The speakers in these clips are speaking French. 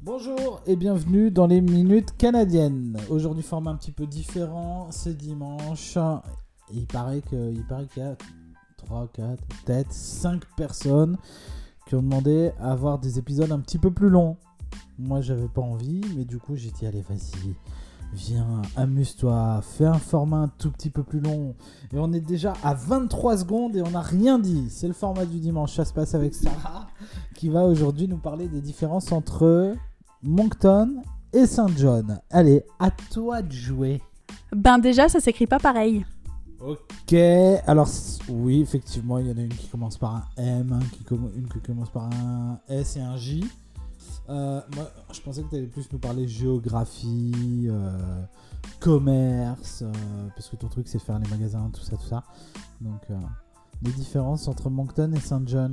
Bonjour et bienvenue dans les Minutes Canadiennes. Aujourd'hui, format un petit peu différent, c'est dimanche. Et il paraît qu'il y a 3, 4, peut-être 5 personnes qui ont demandé à avoir des épisodes un petit peu plus longs. Moi, j'avais pas envie, mais du coup, j'ai dit allez, vas-y, viens, amuse-toi, fais un format un tout petit peu plus long. Et on est déjà à 23 secondes et on n'a rien dit. C'est le format du dimanche, ça se passe avec Sarah qui va aujourd'hui nous parler des différences entre Moncton et Saint John. Allez, à toi de jouer. Ben déjà, ça s'écrit pas pareil. Ok, alors oui, effectivement, il y en a une qui commence par un M, une qui commence par un S et un J. Moi, je pensais que tu allais plus nous parler géographie, commerce, parce que ton truc c'est faire les magasins, tout ça. Donc, les différences entre Moncton et Saint John.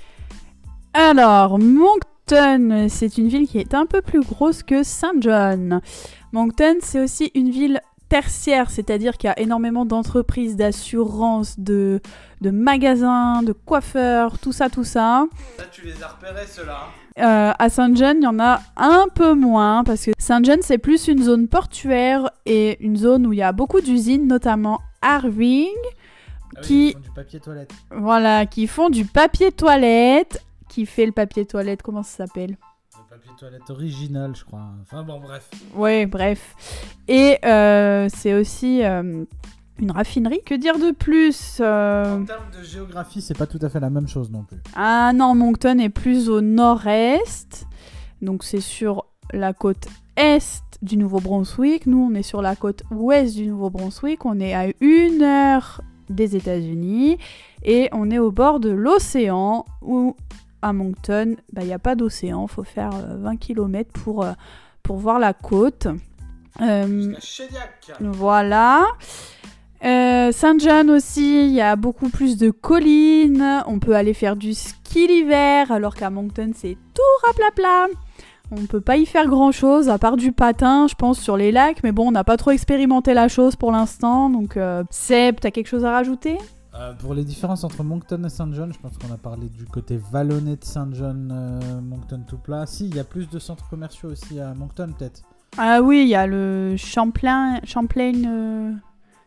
Alors, Moncton, c'est une ville qui est un peu plus grosse que Saint John. Moncton, c'est aussi une ville tertiaire, c'est-à-dire qu'il y a énormément d'entreprises, d'assurances, de magasins, de coiffeurs, tout ça. Là, tu les as repérés, ceux-là. À Saint John, il y en a un peu moins, parce que Saint John, c'est plus une zone portuaire et une zone où il y a beaucoup d'usines, notamment Harving, qui font du papier toilette. Voilà, qui font du papier toilette. Qui fait le papier toilette, comment ça s'appelle ? Le papier toilette original, je crois. Enfin bon, bref. Ouais, bref. Et c'est aussi une raffinerie. Que dire de plus En termes de géographie, c'est pas tout à fait la même chose non plus. Ah non, Moncton est plus au nord-est. Donc c'est sur la côte est du Nouveau-Brunswick. Nous, on est sur la côte ouest du Nouveau-Brunswick. On est à 1 heure des États-Unis. Et on est au bord de l'océan où... À Moncton, il n'y a pas d'océan, il faut faire 20 km pour voir la côte. Jusqu'à Shediac. Voilà. Saint John aussi, il y a beaucoup plus de collines. On peut aller faire du ski l'hiver, alors qu'à Moncton, c'est tout raplapla. On ne peut pas y faire grand-chose, à part du patin, je pense, sur les lacs. Mais bon, on n'a pas trop expérimenté la chose pour l'instant. Donc, Seb, tu as quelque chose à rajouter ? Pour les différences entre Moncton et Saint John, je pense qu'on a parlé du côté vallonné de Saint John, Moncton tout plat. Si, il y a plus de centres commerciaux aussi à Moncton, peut-être. Ah oui, il y a le Champlain, yeah.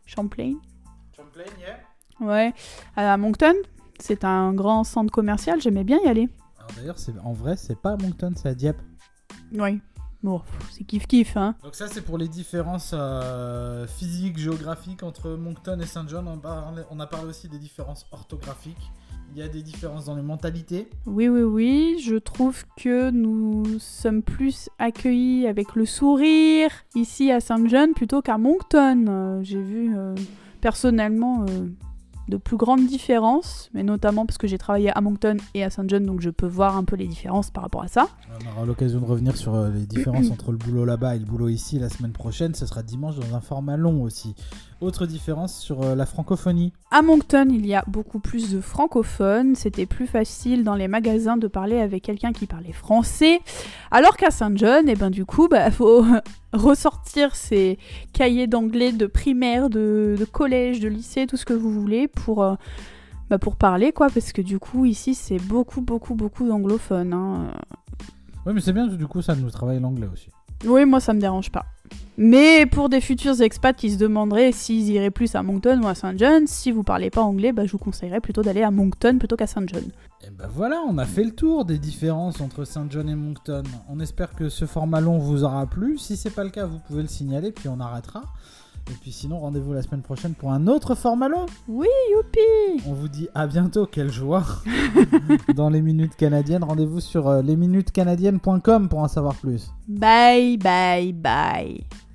Ouais, à Moncton, c'est un grand centre commercial, j'aimais bien y aller. Alors d'ailleurs, en vrai, c'est pas à Moncton, c'est à Dieppe. Oui. Bon, c'est kiff-kiff, hein. Donc ça, c'est pour les différences physiques, géographiques entre Moncton et Saint John. On a parlé aussi des différences orthographiques. Il y a des différences dans les mentalités. Oui, je trouve que nous sommes plus accueillis avec le sourire ici à Saint John plutôt qu'à Moncton. J'ai vu personnellement de plus grandes différences, mais notamment parce que j'ai travaillé à Moncton et à Saint John, donc je peux voir un peu les différences par rapport à ça. On aura l'occasion de revenir sur les différences entre le boulot là-bas et le boulot ici la semaine prochaine. Ce sera dimanche dans un format long aussi. Autre différence sur la francophonie. À Moncton, il y a beaucoup plus de francophones. C'était plus facile dans les magasins de parler avec quelqu'un qui parlait français. Alors qu'à Saint John, du coup, faut ressortir ses cahiers d'anglais de primaire, de collège, de lycée, tout ce que vous voulez pour parler, quoi. Parce que du coup, ici, c'est beaucoup d'anglophones. Hein. Oui, mais c'est bien, du coup, ça nous travaille l'anglais aussi. Oui, moi, ça me dérange pas. Mais pour des futurs expats qui se demanderaient s'ils iraient plus à Moncton ou à Saint John, si vous parlez pas anglais, je vous conseillerais plutôt d'aller à Moncton plutôt qu'à Saint John. Et voilà, on a fait le tour des différences entre Saint John et Moncton. On espère que ce format long vous aura plu. Si c'est pas le cas, vous pouvez le signaler, puis on arrêtera. Et puis sinon, rendez-vous la semaine prochaine pour un autre format long. Oui, youpi! On vous dit à bientôt, quelle joie! Dans les Minutes Canadiennes, rendez-vous sur lesminutescanadiennes.com pour en savoir plus. Bye.